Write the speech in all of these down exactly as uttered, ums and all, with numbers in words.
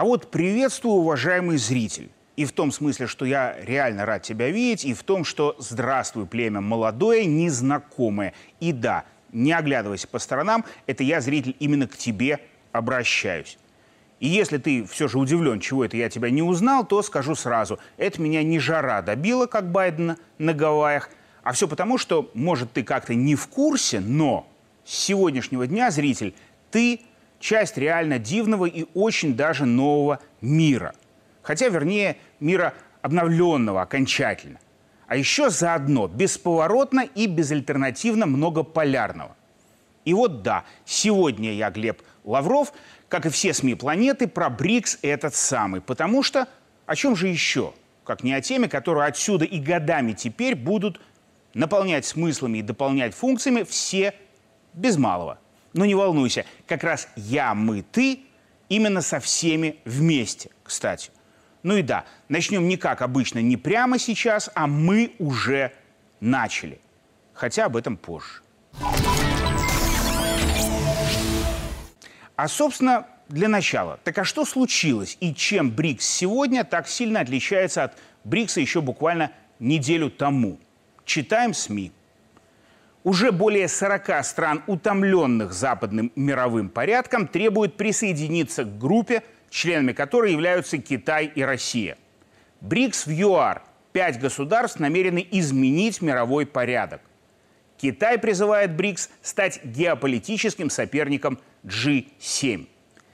А вот приветствую, уважаемый зритель. И в том смысле, что я реально рад тебя видеть, и в том, что здравствуй, племя молодое, незнакомое. И да, не оглядывайся по сторонам, это я, зритель, именно к тебе обращаюсь. И если ты все же удивлен, чего это я тебя не узнал, то скажу сразу, это меня не жара добила, как Байдена на Гавайях, а все потому, что, может, ты как-то не в курсе, но с сегодняшнего дня, зритель, ты часть реально дивного и очень даже нового мира. Хотя, вернее, мира обновленного окончательно. А еще заодно бесповоротно и безальтернативно многополярного. И вот да, сегодня я, Глеб Лавров, как и все СМИ планеты, про БРИКС этот самый. Потому что о чем же еще, как не о теме, которую отсюда и годами теперь будут наполнять смыслами и дополнять функциями все без малого. Но не волнуйся, как раз я, мы, ты именно со всеми вместе, кстати. Ну и да, начнем не как обычно, не прямо сейчас, а мы уже начали. Хотя об этом позже. А, собственно, для начала, так а что случилось и чем БРИКС сегодня так сильно отличается от БРИКСа еще буквально неделю тому? Читаем СМИ. Уже более сорока стран, утомленных западным мировым порядком, требуют присоединиться к группе, членами которой являются Китай и Россия. БРИКС в ЮАР. Пять государств намерены изменить мировой порядок. Китай призывает БРИКС стать геополитическим соперником джи семь.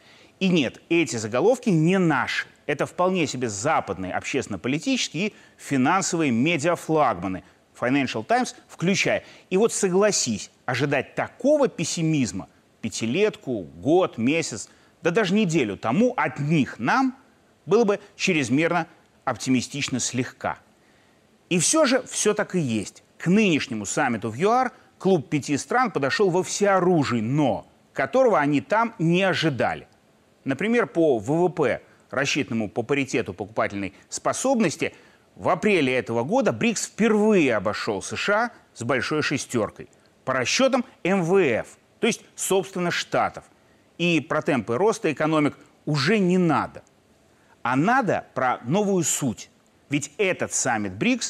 И нет, эти заголовки не наши. Это вполне себе западные общественно-политические и финансовые медиафлагманы, Financial Times включая. И вот согласись, ожидать такого пессимизма пятилетку, год, месяц, да даже неделю тому от них нам было бы чрезмерно оптимистично слегка. И все же все так и есть. К нынешнему саммиту в ЮАР клуб пяти стран подошел во всеоружии, но которого они там не ожидали. Например, по ВВП, рассчитанному по паритету покупательной способности, в апреле этого года БРИКС впервые обошел США с большой шестеркой. По расчетам эм вэ эф, то есть, собственно, Штатов. И про темпы роста экономик уже не надо. А надо про новую суть. Ведь этот саммит БРИКС,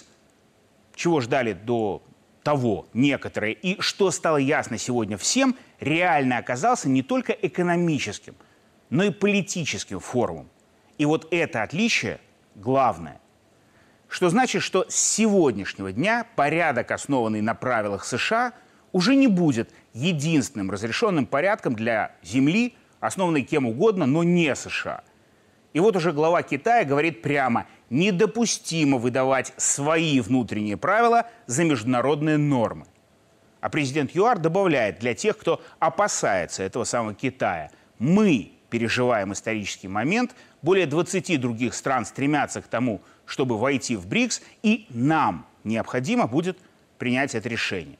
чего ждали до того некоторые, и что стало ясно сегодня всем, реально оказался не только экономическим, но и политическим форумом. И вот это отличие главное. Что значит, что с сегодняшнего дня порядок, основанный на правилах США, уже не будет единственным разрешенным порядком для Земли, основанной кем угодно, но не США. И вот уже глава Китая говорит прямо: недопустимо выдавать свои внутренние правила за международные нормы. А президент ЮАР добавляет для тех, кто опасается этого самого Китая: мы переживаем исторический момент, более двадцати других стран стремятся к тому, чтобы войти в БРИКС, и нам необходимо будет принять это решение.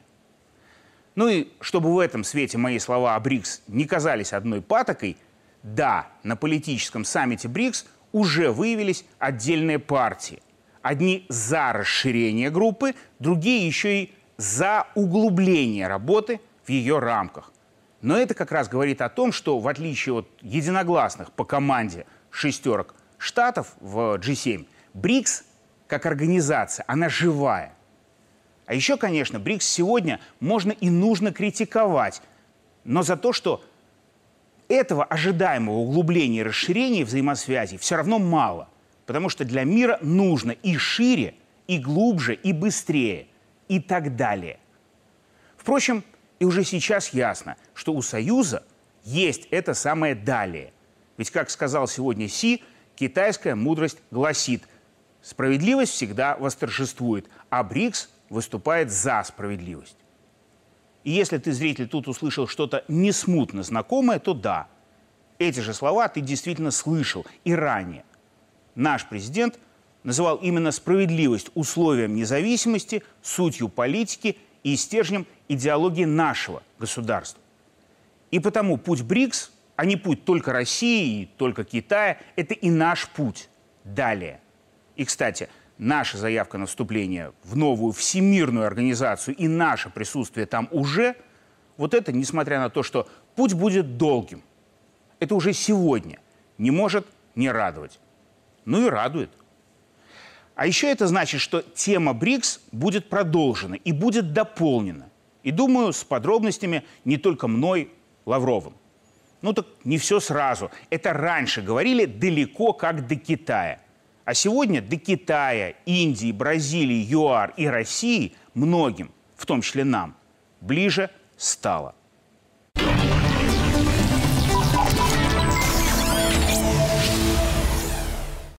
Ну и чтобы в этом свете мои слова о БРИКС не казались одной патокой, да, на политическом саммите БРИКС уже выявились отдельные партии. Одни за расширение группы, другие еще и за углубление работы в ее рамках. Но это как раз говорит о том, что в отличие от единогласных по команде шестерок штатов в джи семь, БРИКС как организация, она живая. А еще, конечно, БРИКС сегодня можно и нужно критиковать, но за то, что этого ожидаемого углубления и расширения взаимосвязей все равно мало. Потому что для мира нужно и шире, и глубже, и быстрее, и так далее. Впрочем, и уже сейчас ясно, что у Союза есть это самое «далее». Ведь, как сказал сегодня Си, китайская мудрость гласит: справедливость всегда восторжествует, а БРИКС выступает за справедливость. И если ты, зритель, тут услышал что-то несмутно знакомое, то да, эти же слова ты действительно слышал и ранее. Наш президент называл именно справедливость условием независимости, сутью политики и стержнем идеологии нашего государства. И потому путь БРИКС, а не путь только России и только Китая, это и наш путь далее. И, кстати, наша заявка на вступление в новую всемирную организацию и наше присутствие там уже, вот это, несмотря на то, что путь будет долгим, это уже сегодня не может не радовать? Ну и радует. А еще это значит, что тема БРИКС будет продолжена и будет дополнена. И, думаю, с подробностями не только мной, Лавровым. Ну так не все сразу. Это раньше говорили далеко как до Китая. А сегодня до Китая, Индии, Бразилии, ЮАР и России многим, в том числе нам, ближе стало.